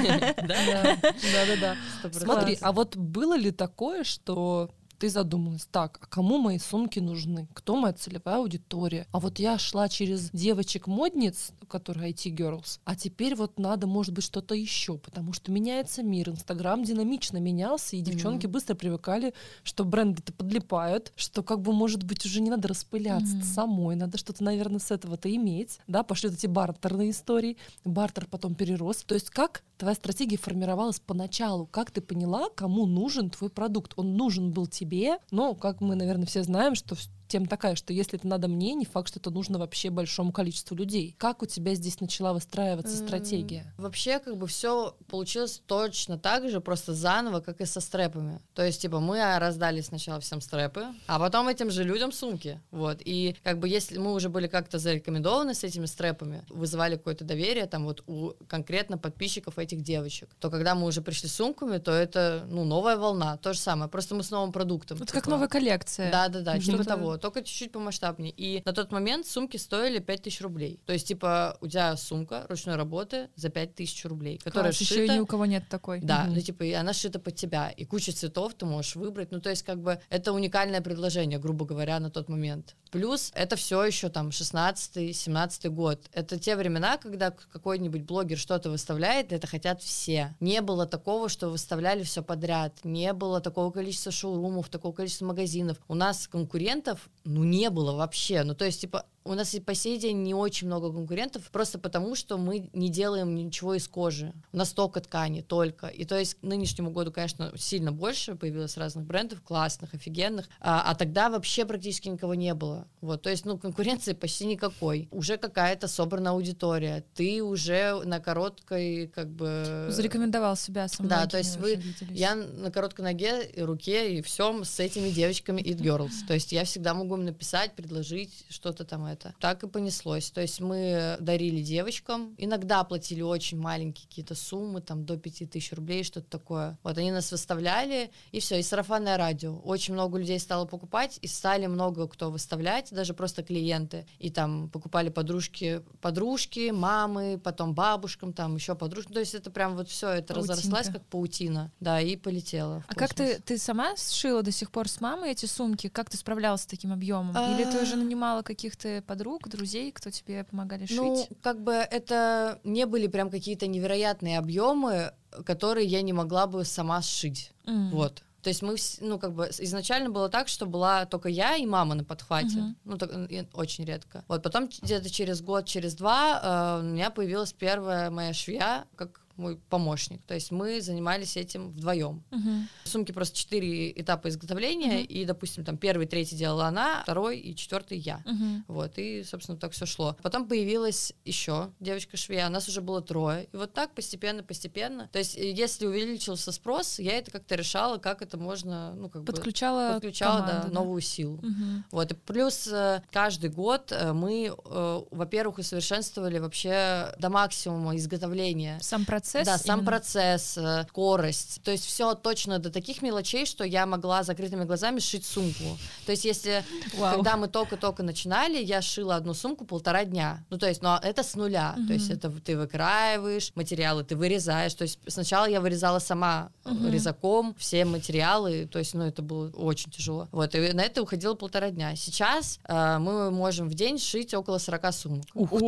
Да. Смотри, а вот было ли такое, что ты задумалась, так, а кому мои сумки нужны? Кто моя целевая аудитория? А вот я шла через девочек-модниц, которые IT-girls, а теперь вот надо, может быть, что-то еще, потому что меняется мир, Инстаграм динамично менялся, и девчонки быстро привыкали, что бренды-то подлипают, что как бы, может быть, уже не надо распыляться самой, надо что-то, наверное, с этого-то иметь, да, пошли вот эти бартерные истории, бартер потом перерос. То есть как твоя стратегия формировалась поначалу? Как ты поняла, кому нужен твой продукт? Он нужен был тебе, но, как мы, наверное, все знаем, что тема такая, что если это надо мне, не факт, что это нужно вообще большому количеству людей. Как у тебя здесь начала выстраиваться стратегия? Вообще, как бы все получилось точно так же, просто заново, как и со стрэпами. То есть, типа, мы раздали сначала всем стрэпы, а потом этим же людям сумки. Вот. И как бы если мы уже были как-то зарекомендованы с этими стрэпами, вызывали какое-то доверие там вот у конкретно подписчиков этих девочек, то когда мы уже пришли с сумками, то это, ну, новая волна. То же самое, просто мы с новым продуктом. Это как новая коллекция. Да, типа того. Только чуть-чуть помасштабнее. И на тот момент сумки стоили 5000 рублей. То есть, типа, у тебя сумка ручной работы за 5000 рублей, которая сшита. Еще и ни у кого нет такой. Да, ну, типа, и она сшита под тебя. И куча цветов ты можешь выбрать. Ну, то есть, как бы, это уникальное предложение, грубо говоря, на тот момент. Плюс это все еще там 16-17 год. Это те времена, когда какой-нибудь блогер что-то выставляет, это хотят все. Не было такого, что выставляли все подряд. Не было такого количества шоурумов, такого количества магазинов. У нас конкурентов, ну, не было вообще. Ну, то есть, типа, у нас и по сей день не очень много конкурентов, просто потому, что мы не делаем ничего из кожи. У нас только ткани, только. И то есть к нынешнему году, конечно, сильно больше появилось разных брендов, классных, офигенных, а тогда вообще практически никого не было. Вот, то есть, ну, конкуренции почти никакой. Уже какая-то собрана аудитория. Ты уже на короткой, как бы... Зарекомендовал себя сам. Да, то есть я на короткой ноге и руке и всем с этими девочками It Girls. То есть я всегда могу им написать, предложить что-то там это. Так и понеслось. То есть мы дарили девочкам, иногда платили очень маленькие какие-то суммы, там до 5000 рублей, что-то такое. Вот они нас выставляли, и все, и сарафанное радио. Очень много людей стало покупать, и стали много кто выставлять, даже просто клиенты. И там покупали подружки, мамы, потом бабушкам, там еще подружкам. То есть это прям вот все, это разрослась как паутина. Да, и полетело. А как ты сама сшила до сих пор с мамой эти сумки? Как ты справлялась с таким объемом? Или ты уже нанимала каких-то подруг, друзей, кто тебе помогали шить? Ну, как бы это не были прям какие-то невероятные объемы, которые я не могла бы сама сшить. Вот. То есть мы, ну, как бы изначально было так, что была только я и мама на подхвате. Ну, так, очень редко. Вот потом где-то через год, через два у меня появилась первая моя швея, как мой помощник. То есть мы занимались этим вдвоем. Сумки просто 4 этапа изготовления, и, допустим, там 1, 3 делала она, 2 и 4 я. Вот, и, собственно, так все шло. Потом появилась еще девочка-швея, нас уже было 3. И вот так постепенно. То есть если увеличился спрос, я это как-то решала, как это можно, ну, как подключала команду, да, новую силу. Вот, и плюс каждый год мы, во-первых, усовершенствовали вообще до максимума изготовления. Сам процесс. процесс? Да, сам процесс, скорость. То есть все точно до таких мелочей, что я могла закрытыми глазами сшить сумку. То есть если, когда мы только-только начинали, я шила одну сумку 1,5 дня. Ну, то есть, но это с нуля. То есть это ты выкраиваешь материалы, ты вырезаешь. То есть сначала я вырезала сама резаком все материалы. То есть, ну, это было очень тяжело. Вот, и на это уходило 1,5 дня. Сейчас мы можем в день шить около 40 сумок.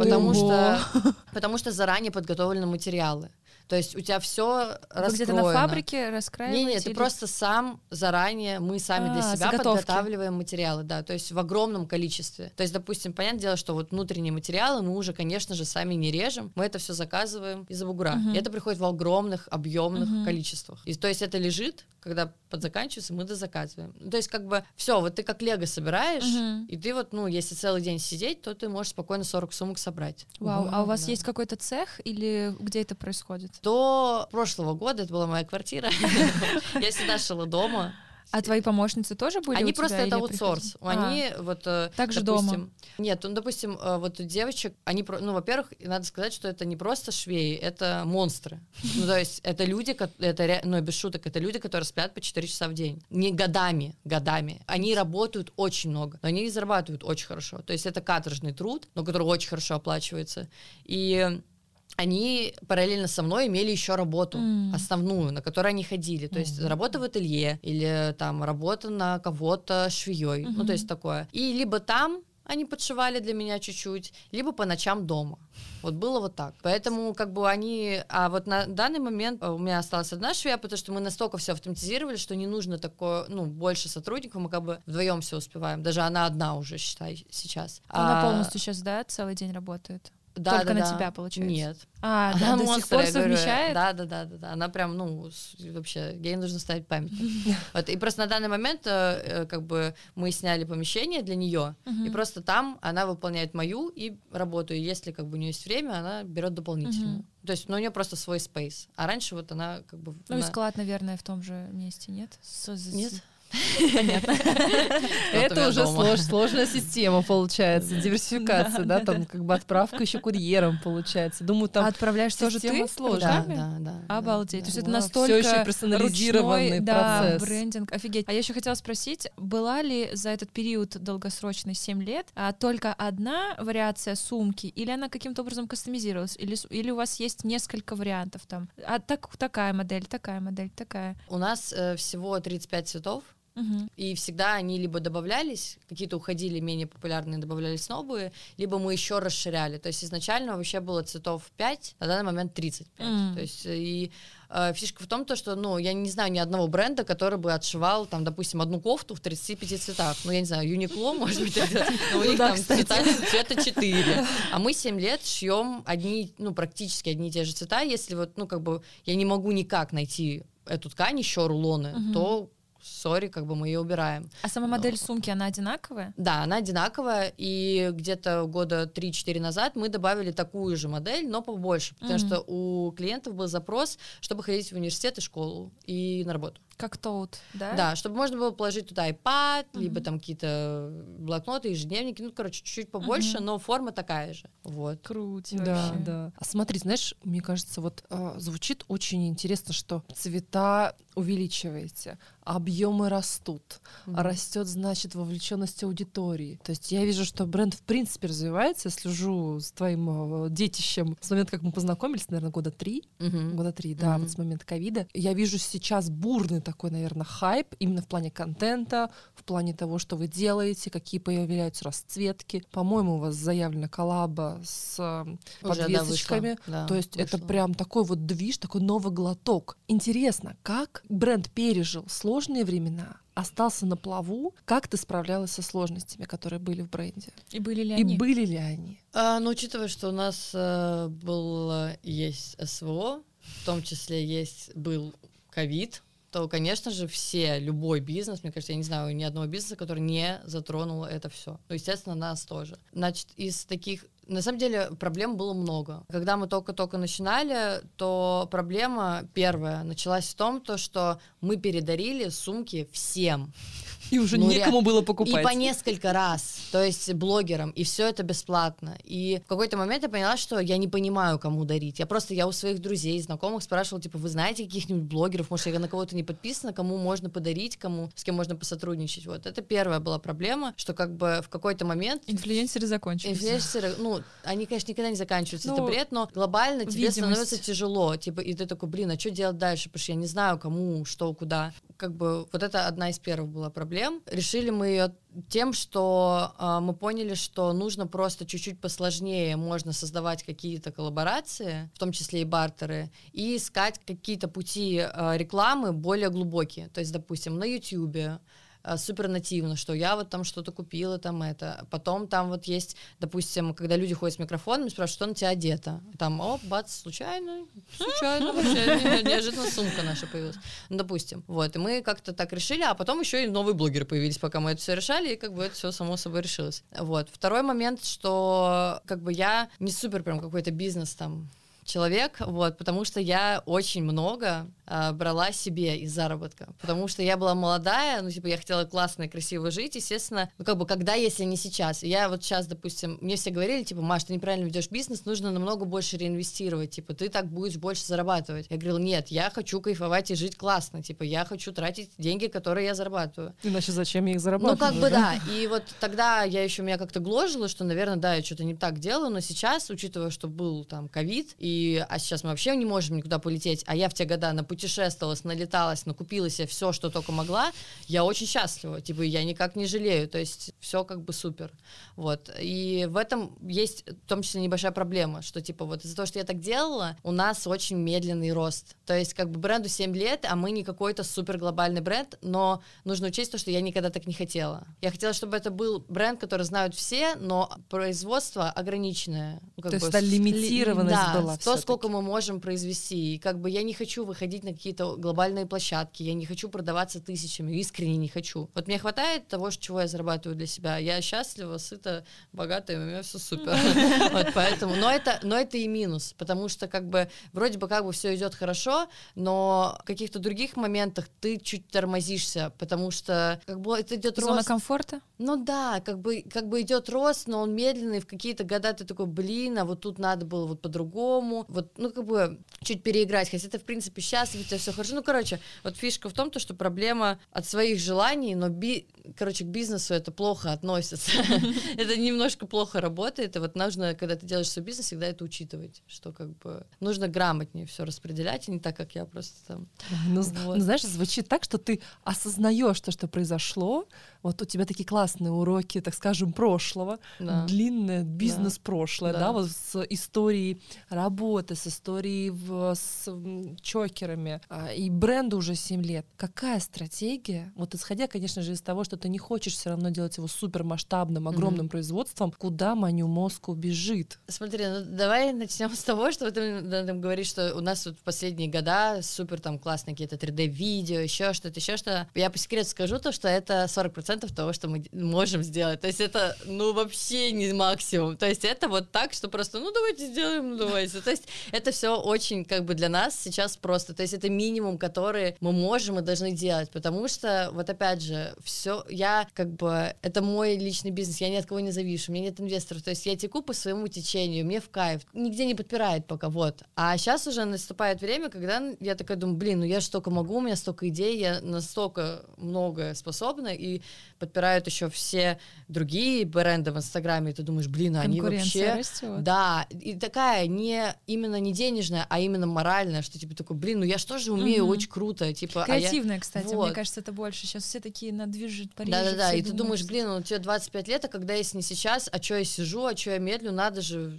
Потому что заранее подготовлены материалы. То есть у тебя все раскроено. Вы где-то на фабрике раскраиваете? Нет, ты просто сам заранее, мы сами для себя подготавливаем материалы, да, то есть в огромном количестве. То есть, допустим, понятное дело, что вот внутренние материалы мы уже, конечно же, сами не режем, мы это все заказываем из-за бугра. И это приходит в огромных, объемных количествах. И то есть это лежит, когда подзаканчивается, мы дозаказываем. То есть как бы все, вот ты как лего собираешь, и ты вот, ну, если целый день сидеть, то ты можешь спокойно 40 сумок собрать. Вау, а у вас есть какой-то цех или где это происходит? До прошлого года, это была моя квартира, я всегда шила дома. А твои помощницы тоже были? Они просто это аутсорс. Они вот, также допустим, дома? Нет, ну, допустим, вот у девочек, они, ну, во-первых, надо сказать, что это не просто швеи, это монстры. Ну, то есть это люди, ну, без шуток, это люди, которые спят по 4 часа в день. Не годами. Они работают очень много, но они и зарабатывают очень хорошо. То есть это каторжный труд, но который очень хорошо оплачивается. И они параллельно со мной имели еще работу основную, на которой они ходили. То есть работа в ателье или там работа на кого-то швеей. Ну, то есть такое. И либо там они подшивали для меня чуть-чуть, либо по ночам дома. Вот было вот так. Поэтому как бы они... А вот на данный момент у меня осталась одна швея, потому что мы настолько все автоматизировали, что не нужно такое, ну, больше сотрудников, мы как бы вдвоем все успеваем. Даже она одна уже, считай, сейчас. Она полностью сейчас, да, целый день работает? Да, только на тебя, получается? Нет. Да, до сих пор совмещает? Да. Она прям, ну, вообще, ей нужно ставить памятник. Вот, и просто на данный момент, как бы, мы сняли помещение для нее, и просто там она выполняет мою и работу. И если, как бы, у нее есть время, она берет дополнительно. То есть, ну, у нее просто свой спейс. А раньше вот она, как бы... Ну, и склад, наверное, в том же месте, нет? Нет. Понятно. Это уже сложная система, получается, диверсификация, да, там как бы отправка еще курьером, получается. Думаю, там отправляешь тоже ты? Да. Обалдеть. То есть это настолько все еще персонализированный процесс. Брендинг. Офигеть. А я еще хотела спросить, была ли за этот период долгосрочный 7 лет только одна вариация сумки, или она каким-то образом кастомизировалась, или у вас есть несколько вариантов там? Такая модель, такая. У нас всего 35 цветов. И всегда они либо добавлялись, какие-то уходили менее популярные, добавлялись новые, либо мы еще расширяли. То есть изначально вообще было цветов 5, на данный момент 35. То есть и фишка в том, что, ну, я не знаю ни одного бренда, который бы отшивал, там, допустим, одну кофту в 35 цветах. Ну, я не знаю, Uniqlo, может быть, но у них там цвета 4. А мы 7 лет шьем практически одни и те же цвета. Если вот, ну, как бы я не могу никак найти эту ткань, еще рулоны, то сори, как бы мы ее убираем. А сама модель сумки, она одинаковая? Да, она одинаковая, и где-то года 3-4 назад мы добавили такую же модель, но побольше, потому что у клиентов был запрос, чтобы ходить в университет и школу, и на работу. Как тоут, да? Да, чтобы можно было положить туда iPad, либо там какие-то блокноты, ежедневники, ну, короче, чуть-чуть побольше, но форма такая же. Вот. Круто вообще. Да. А смотри, знаешь, мне кажется, вот звучит очень интересно, что цвета увеличиваете, объемы растут, растет, значит, вовлеченность аудитории. То есть я вижу, что бренд в принципе развивается, я слежу с твоим детищем с момента, как мы познакомились, наверное, года 3, да, вот с момента ковида. Я вижу сейчас бурный такой, наверное, хайп именно в плане контента, в плане того, что вы делаете, какие появляются расцветки. По-моему, у вас заявлена коллаба с подвесочками. То есть это прям такой вот движ, такой новый глоток. Интересно, как бренд пережил сложные времена, остался на плаву, как ты справлялась со сложностями, которые были в бренде? И были ли они? Ну, учитывая, что у нас есть СВО, в том числе был ковид, то, конечно же, любой бизнес, мне кажется, я не знаю ни одного бизнеса, который не затронул это все. Ну, естественно, нас тоже. Значит, из таких... На самом деле проблем было много. Когда мы только-только начинали, то проблема первая началась в том, что мы передарили сумки всем. И уже некому было покупать. И по несколько раз, то есть блогерам, и все это бесплатно. И в какой-то момент я поняла, что я не понимаю, кому дарить. Я у своих друзей, знакомых спрашивала, типа, вы знаете каких-нибудь блогеров, может, я на кого-то не подписана, кому можно подарить, с кем можно посотрудничать. Вот, это первая была проблема, что как бы в какой-то момент... Инфлюенсеры закончились. Инфлюенсеры, они, конечно, никогда не заканчиваются, это бред, но глобально тебе становится тяжело, типа, и ты такой, блин, а что делать дальше, потому что я не знаю, кому, что, куда. Как бы вот это одна из первых была проблем. Решили мы ее тем, что мы поняли, что нужно просто чуть-чуть посложнее, можно создавать какие-то коллаборации, в том числе и бартеры, и искать какие-то пути рекламы более глубокие. То есть, допустим, на YouTube, супер нативно, что я вот там что-то купила, там это. Потом там вот есть, допустим, когда люди ходят с микрофоном, спрашивают, что на тебя одето. Там, бац, случайно вообще, неожиданно сумка наша появилась. Ну, допустим. Вот, и мы как-то так решили, а потом еще и новые блогеры появились, пока мы это все решали, и как бы это все само собой решилось. Вот. Второй момент, что как бы я не супер прям какой-то бизнес там человек, вот, потому что я очень много брала себе из заработка, потому что я была молодая, я хотела классно и красиво жить, естественно, когда, если не сейчас. Я вот сейчас, допустим, мне все говорили, Маш, ты неправильно ведешь бизнес, нужно намного больше реинвестировать, ты так будешь больше зарабатывать. Я говорила, нет, я хочу кайфовать и жить классно, я хочу тратить деньги, которые я зарабатываю. Иначе зачем я их зарабатываю? Да, и вот тогда меня как-то гложило, что, наверное, да, я что-то не так делаю, но сейчас, учитывая, что был там ковид, а сейчас мы вообще не можем никуда полететь, а я в те года напутешествовалась, налеталась, накупила себе все, что только могла, я очень счастлива, я никак не жалею, то есть все как бы супер, вот, и в этом есть в том числе небольшая проблема, что из-за того, что я так делала, у нас очень медленный рост, то есть бренду 7 лет, а мы не какой-то супер глобальный бренд, но нужно учесть то, что я никогда так не хотела. Я хотела, чтобы это был бренд, который знают все, но производство ограниченное. То есть это лимитированность была. То, сколько мы можем произвести. И я не хочу выходить на какие-то глобальные площадки, я не хочу продаваться тысячами, искренне не хочу. Вот мне хватает того, чего я зарабатываю для себя. Я счастлива, сыта, богатая, у меня все супер. Вот поэтому. Но это и минус, потому что вроде бы все идет хорошо, но в каких-то других моментах ты чуть тормозишься, потому что это идет рост. Зона комфорта? Ну да, идет рост, но он медленный, в какие-то года ты такой, а вот тут надо было вот по-другому, чуть переиграть, хотя ты, в принципе, счастлив, у тебя все хорошо. Фишка в том, что проблема от своих желаний, но, к бизнесу это плохо относится. Это немножко плохо работает, и нужно, когда ты делаешь свой бизнес, всегда это учитывать, что нужно грамотнее все распределять, и не так, как я просто там. Знаешь, звучит так, что ты осознаешь то, что произошло, вот у тебя такие классные уроки, так скажем, прошлого, длинное бизнес-прошлое, с историей работы, с историей с чокерами, и бренду уже 7 лет. Какая стратегия, исходя, конечно же, из того, что ты не хочешь все равно делать его супермасштабным, огромным производством, куда Маню Москоу бежит? Смотри, давай начнем с того, что ты говоришь, что у нас в последние года супер классные какие-то 3D-видео, еще что-то. Я по секрету скажу то, что это 40% того, что мы можем сделать. То есть это, вообще не максимум. То есть это так, что просто, давайте сделаем, давайте. То есть это все очень, для нас сейчас просто. То есть это минимум, который мы можем и должны делать, потому что, опять же, все, я, это мой личный бизнес, я ни от кого не завишу, у меня нет инвесторов, то есть я теку по своему течению, мне в кайф, нигде не подпирает пока, А сейчас уже наступает время, когда я такая думаю, я же столько могу, у меня столько идей, я настолько много способна, и подпирают еще все другие бренды в Инстаграме, и ты думаешь, они вообще... Растет. Да, и такая именно не денежная, а именно моральная, что такой, я же тоже умею, очень круто. Креативная, кстати, мне кажется, это больше. Сейчас все такие на движ Париж. Да, и ты думаешь, тебе 25 лет, а когда если не сейчас, а что я сижу, а что я медлю, надо же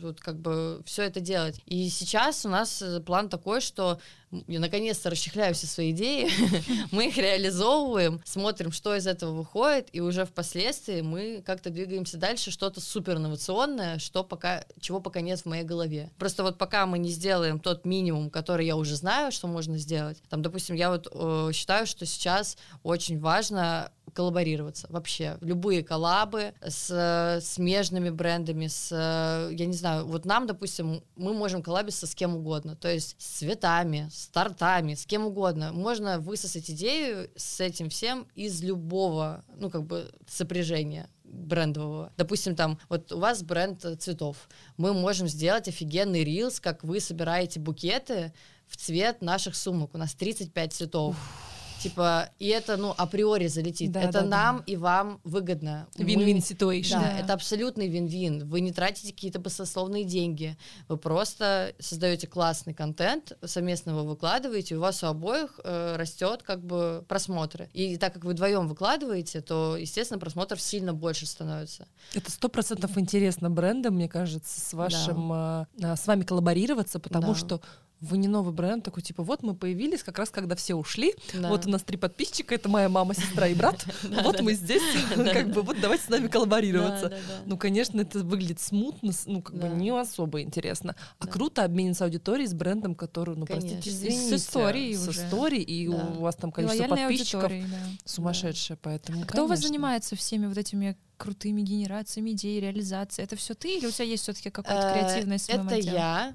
все это делать. И сейчас у нас план такой, что я наконец-то расчехляю все свои идеи, мы их реализовываем, смотрим, что из этого выходит, и уже впоследствии мы как-то двигаемся дальше, что-то супер инновационное, чего пока нет в моей голове. Просто пока мы не сделаем тот минимум, который я уже знаю, что можно сделать, допустим, я считаю, что сейчас очень важно коллаборироваться вообще. Любые коллабы с смежными брендами, я не знаю, вот нам, допустим, мы можем коллабиться с кем угодно, то есть с цветами, с тортами, с кем угодно. Можно высосать идею с этим всем из любого, сопряжения брендового. Допустим, там, вот у вас бренд цветов. Мы можем сделать офигенный рилс, как вы собираете букеты в цвет наших сумок. У нас 35 цветов. Типа, и это, априори залетит. Это нам и вам выгодно. Win-win situation. Да, это абсолютный вин-вин. Вы не тратите какие-то баснословные деньги. Вы просто создаете классный контент, совместно его выкладываете, и у вас у обоих растет просмотры. И так как вы вдвоем выкладываете, то, естественно, просмотров сильно больше становится. Это 100% интересно брендам, мне кажется, с вами коллаборироваться, потому что вы не новый бренд, такой, типа, вот мы появились как раз, когда все ушли, вот у нас 3 подписчика, это моя мама, сестра и брат, вот мы здесь, вот давайте с нами коллаборироваться. Ну, конечно, это выглядит смутно, не особо интересно. А круто обмениться аудиторией с брендом, который, простите, извините, с историей, и у вас там количество подписчиков сумасшедшее, поэтому, Кто у вас занимается всеми вот этими крутыми генерациями идей, реализацией? Это все ты или у тебя есть все-таки какой-то креативный СММ? Это я,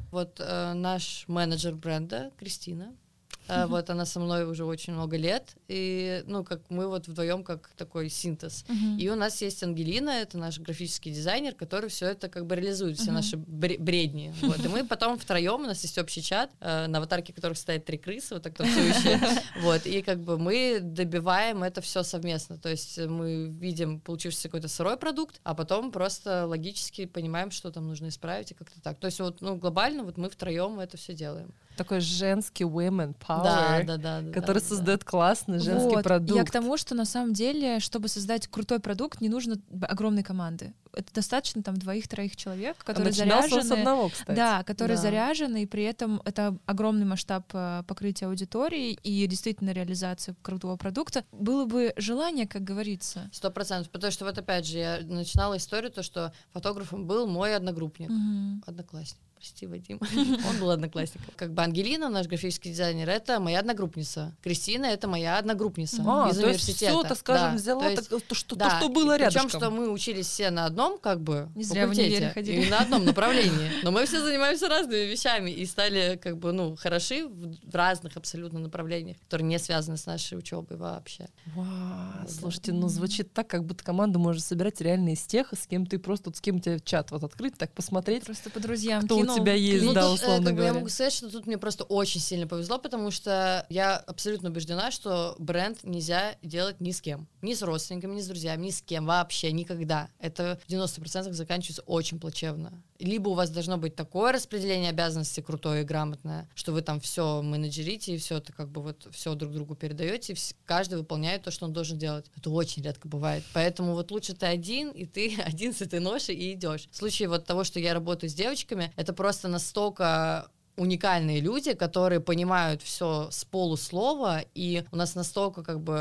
наш менеджер бренда Кристина. Вот она со мной уже очень много лет, и мы вдвоем как такой синтез. И у нас есть Ангелина, это наш графический дизайнер, который все это реализует, все наши бредни. Вот. И мы потом втроем, у нас есть общий чат, на аватарке которых стоят 3 крысы, вот так танцующие. Вот. И мы добиваем это все совместно. То есть мы видим получившийся какой-то сырой продукт, а потом просто логически понимаем, что там нужно исправить, и как-то так. То есть глобально мы втроем это все делаем. Такой женский women power, который создает классный женский продукт. Я к тому, что на самом деле, чтобы создать крутой продукт, не нужно огромной команды. Это достаточно 2-3 человек, которые заряжены. С одного, кстати. Да, которые заряжены, и при этом это огромный масштаб покрытия аудитории и действительно реализации крутого продукта. Было бы желание, как говорится. 100%, потому что опять же я начинала историю, то, что фотографом был мой одногруппник, одноклассник. Прости, Вадим. Он был одноклассником. Ангелина, наш графический дизайнер, это моя одногруппница. Кристина — это моя одногруппница из университета. Все, так скажем, взяла то, что было рядышком. Причем, что мы учились все на одном не зря в универ ходили. И на одном направлении. Но мы все занимаемся разными вещами и стали хороши в разных абсолютно направлениях, которые не связаны с нашей учебой вообще. Вау, слушайте, звучит так, как будто команду можно собирать реально из тех, с кем ты просто, с кем у тебя чат открыть, так посмотреть. Просто по друзьям кто у тебя есть, условно говоря. Я могу сказать, что тут мне просто очень сильно повезло, потому что я абсолютно убеждена, что бренд нельзя делать ни с кем. Ни с родственниками, ни с друзьями, ни с кем вообще, никогда. Это в 90% заканчивается очень плачевно. Либо у вас должно быть такое распределение обязанностей крутое и грамотное, что вы там все менеджерите и все это все друг другу передаете, и каждый выполняет то, что он должен делать. Это очень редко бывает. Поэтому лучше ты один, и ты один с этой ношей и идешь. В случае того, что я работаю с девочками, это просто настолько уникальные люди, которые понимают все с полуслова, и у нас настолько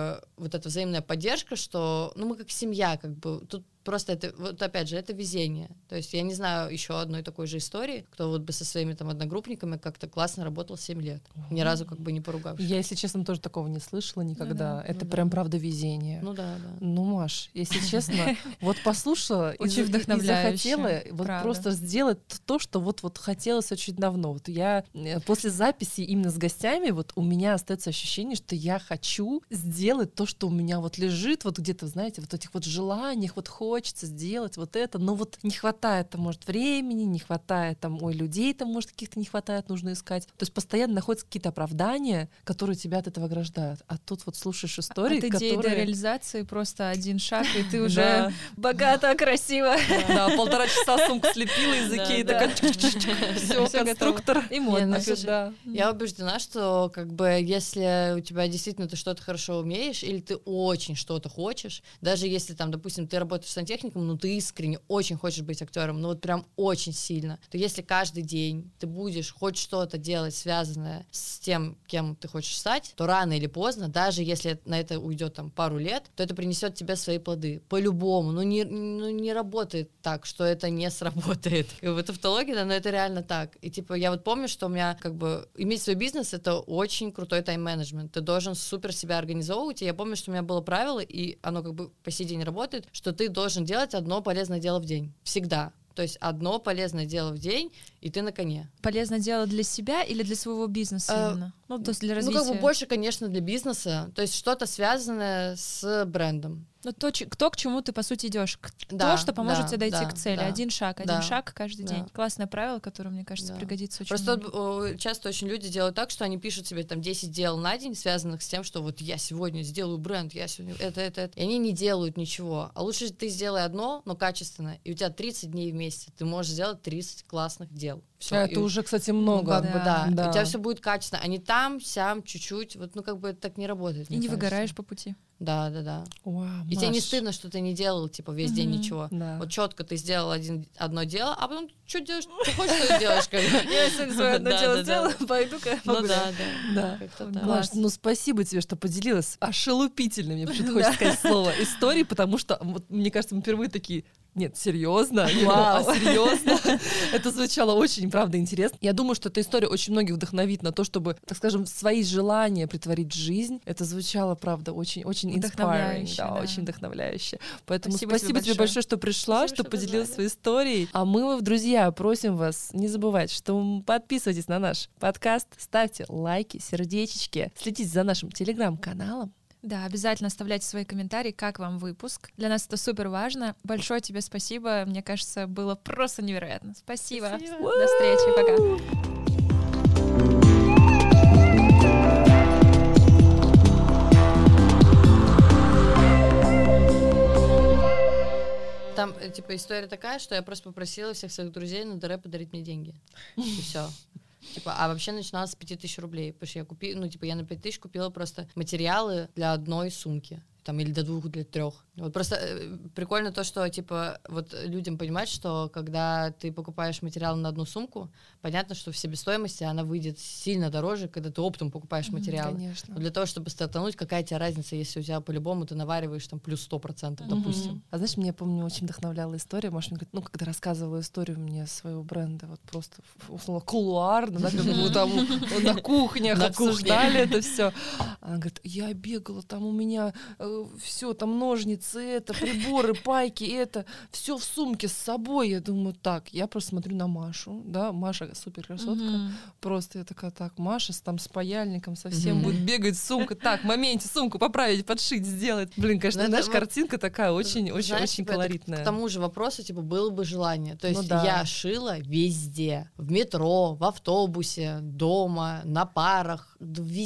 эта взаимная поддержка, что мы как семья, тут просто это, опять же, это везение. То есть я не знаю еще одной такой же истории, кто бы со своими одногруппниками как-то классно работал 7 лет, ни разу не поругавшись. Я, если честно, тоже такого не слышала никогда. Это прям правда везение. Да. Маш, если честно, послушала и захотела просто сделать то, что хотелось очень давно. Я после записи именно с гостями, у меня остается ощущение, что я хочу сделать то, что у меня лежит, где-то, знаете, этих желаниях, хочется сделать это, но не хватает, может, времени, не хватает, людей, может, каких-то не хватает, нужно искать. То есть постоянно находятся какие-то оправдания, которые тебя от этого ограждают. А тут слушаешь истории, от идеи до реализации просто один шаг, и ты уже богата, красиво. Да, 1,5 часа сумку слепила из Икеи, такая все, конструктор. И модно. Я убеждена, что если у тебя действительно ты что-то хорошо умеешь, или ты очень что-то хочешь, даже если допустим, ты работаешь в профессиональным техником, но ты искренне очень хочешь быть актером, ну вот прям очень сильно, то если каждый день ты будешь хоть что-то делать, связанное с тем, кем ты хочешь стать, то рано или поздно, даже если на это уйдет там пару лет, то это принесет тебе свои плоды. По-любому. Ну не работает так, что это не сработает. И в тавтологии, да, но это реально так. И типа я вот помню, что у меня как бы иметь свой бизнес — это очень крутой тайм-менеджмент. Ты должен супер себя организовывать. И я помню, что у меня было правило, и оно как бы по сей день работает, что ты должен делать одно полезное дело в день. Всегда. То есть одно полезное дело в день, и ты на коне. Полезное дело для себя или для своего бизнеса именно? Ну, то есть для развития. Ну, как бы больше, конечно, для бизнеса. То есть что-то связанное с брендом. Ну, кто к чему ты, по сути, идешь. То, что поможет тебе дойти к цели. Один шаг каждый день. Классное правило, которое, мне кажется, пригодится очень Просто много. Часто очень люди делают так, что они пишут себе там 10 дел на день, связанных с тем, что вот я сегодня сделаю бренд, я сегодня это. И они не делают ничего. А лучше ты сделай одно, но качественно, и у тебя 30 дней в месяц. Ты можешь сделать 30 классных дел. Всё, это уже, кстати, много. Ну, как бы, да. У тебя все будет качественно, а не там, сям, чуть-чуть. Вот, ну, как бы это так не работает. И не выгораешь по пути. Да. Вау, и тебе не стыдно, что ты не делал, типа, весь день ничего. Да. Вот четко ты сделал одно дело, а потом что делаешь? Ты хочешь, что делаешь? Я сегодня свое одно дело сделала, пойду-ка. Ну да. Маш, ну спасибо тебе, что поделилась ошелупительной, мне почему-то хочется сказать слово, истории, потому что, мне кажется, мы впервые такие... Нет, серьезно? Вау, серьезно? Это звучало очень, правда, интересно. Я думаю, что эта история очень многих вдохновит на то, чтобы, так скажем, свои желания притворить в жизнь. Это звучало, правда, очень вдохновляюще. Да, очень вдохновляюще. Поэтому спасибо тебе большое, что пришла, что поделилась своей историей. А мы, друзья, просим вас не забывать, что подписывайтесь на наш подкаст, ставьте лайки, сердечки, следите за нашим телеграм-каналом. Да, обязательно оставляйте свои комментарии, как вам выпуск. Для нас это супер важно. Большое тебе спасибо. Мне кажется, было просто невероятно. Спасибо. До встречи. Пока. Там, типа, история такая, что я просто попросила всех своих друзей на ДР подарить мне деньги. И все. Типа, а вообще начиналось с 5000 рублей, потому что я купила, я на 5000 купила просто материалы для одной сумки. Там, или до 2, для 3. Вот просто прикольно то, что, типа, вот людям понимать, что когда ты покупаешь материал на одну сумку, понятно, что в себестоимости она выйдет сильно дороже, когда ты оптом покупаешь материалы. Конечно. Но для того, чтобы стартануть, какая тебе разница, если у тебя по-любому ты навариваешь там плюс 100%, допустим. А знаешь, меня, помню, очень вдохновляла история. Маша мне говорит, когда рассказывала историю мне своего бренда, вот просто, условно, кулуарно, да, когда мы там на кухнях обсуждали это все. Она говорит, я бегала, там у меня все, там ножницы, это, приборы, пайки, это, все в сумке с собой. Я думаю, так, я просто смотрю на Машу, да, Маша супер красотка, просто я такая, так, Маша там с паяльником совсем будет бегать сумка, так, в моменте сумку поправить, подшить, сделать. Блин, конечно, знаешь, картинка такая очень колоритная. К тому же вопросу, типа, было бы желание. То есть я шила везде, в метро, в автобусе, дома, на парах,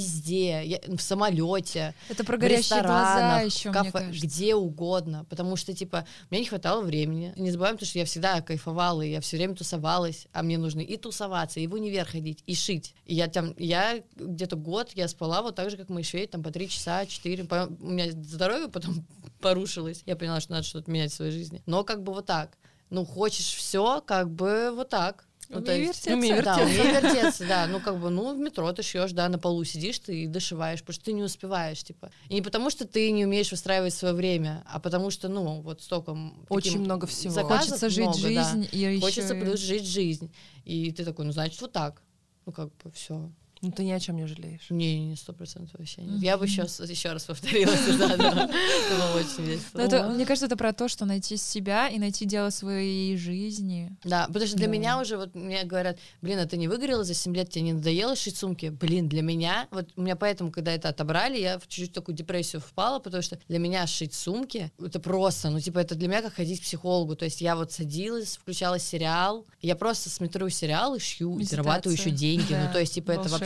везде, в самолете, это про горящие глаза еще, кафе, где угодно, потому что, типа, мне не хватало времени. Не забываем то, что я всегда кайфовала, и я все время тусовалась, а мне нужно и тусоваться, и в универ ходить, и шить. И я где-то год я спала вот так же, как мои швеи, там по 3 часа, 4. У меня здоровье потом порушилось. Я поняла, что надо что-то менять в своей жизни. Но как бы вот так. Ну, хочешь все, как бы вот так. Умей вертеться. Умей вертеться, да. Ну, как бы, в метро ты шьешь, да, на полу сидишь ты и дошиваешь, потому что ты не успеваешь, типа. И не потому, что ты не умеешь выстраивать свое время, а потому что, вот столько... Очень много всего. Хочется жить жизнь. Да. И хочется плюс жить жизнь. И ты такой, значит, вот так. Ну, как бы, все. Ну, ты ни о чем не жалеешь. Не, 100% вообще нет. Я бы еще раз повторила это, было очень весело. Мне кажется, это про то, что найти себя и найти дело своей жизни. Да, потому что для меня уже, вот мне говорят, блин, а ты не выгорела за 7 лет, тебе не надоело шить сумки? Блин, для меня, вот у меня поэтому, когда это отобрали, я в чуть-чуть такую депрессию впала, потому что для меня шить сумки, это просто, это для меня как ходить к психологу, то есть я вот садилась, включала сериал, я просто смотрю сериал и шью, и зарабатываю еще деньги, то есть, это вообще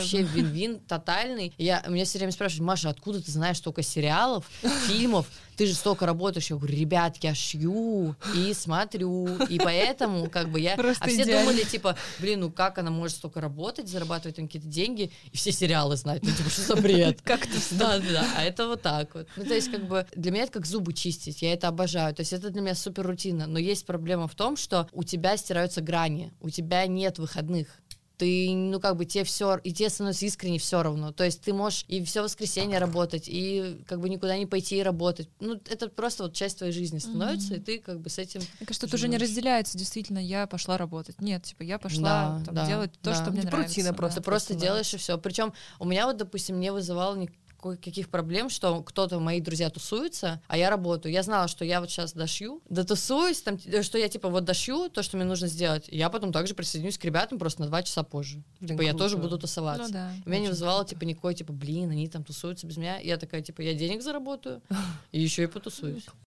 вообще вин-вин тотальный. Меня все время спрашивают: Маша, откуда ты знаешь столько сериалов, фильмов? Ты же столько работаешь. Я говорю: ребят, я шью и смотрю, и поэтому как бы я... Просто все идеально. думали, типа, блин, ну как она может столько работать, зарабатывать там какие-то деньги, и все сериалы знать, ну типа, что за бред? Как ты? Да, а это вот так вот. Ну то есть как бы для меня это как зубы чистить, я это обожаю, то есть это для меня супер рутина, но есть проблема в том, что у тебя стираются грани, у тебя нет выходных. Ты, ну, как бы, тебе все, и тебе становится искренне все равно. То есть ты можешь и все воскресенье работать, и как бы никуда не пойти и работать. Ну, это просто вот часть твоей жизни становится, и ты как бы с этим... Мне кажется, тут уже не разделяется, действительно, я пошла работать. Нет, типа, я пошла делать то, что мне нравится. Рутина просто. Ты просто делаешь, и все. Причем у меня вот, допустим, не вызывало никаких проблем, что кто-то, мои друзья, тусуются, а я работаю. Я знала, что я вот сейчас дошью, дотусуюсь, там, что я типа вот дошью то, что мне нужно сделать, и я потом также присоединюсь к ребятам просто на 2 часа позже. Типа я тоже буду тусоваться. Ну, да. Меня не вызывало типа никакой, типа, блин, они там тусуются без меня. Я такая, типа, я денег заработаю, и еще и потусуюсь.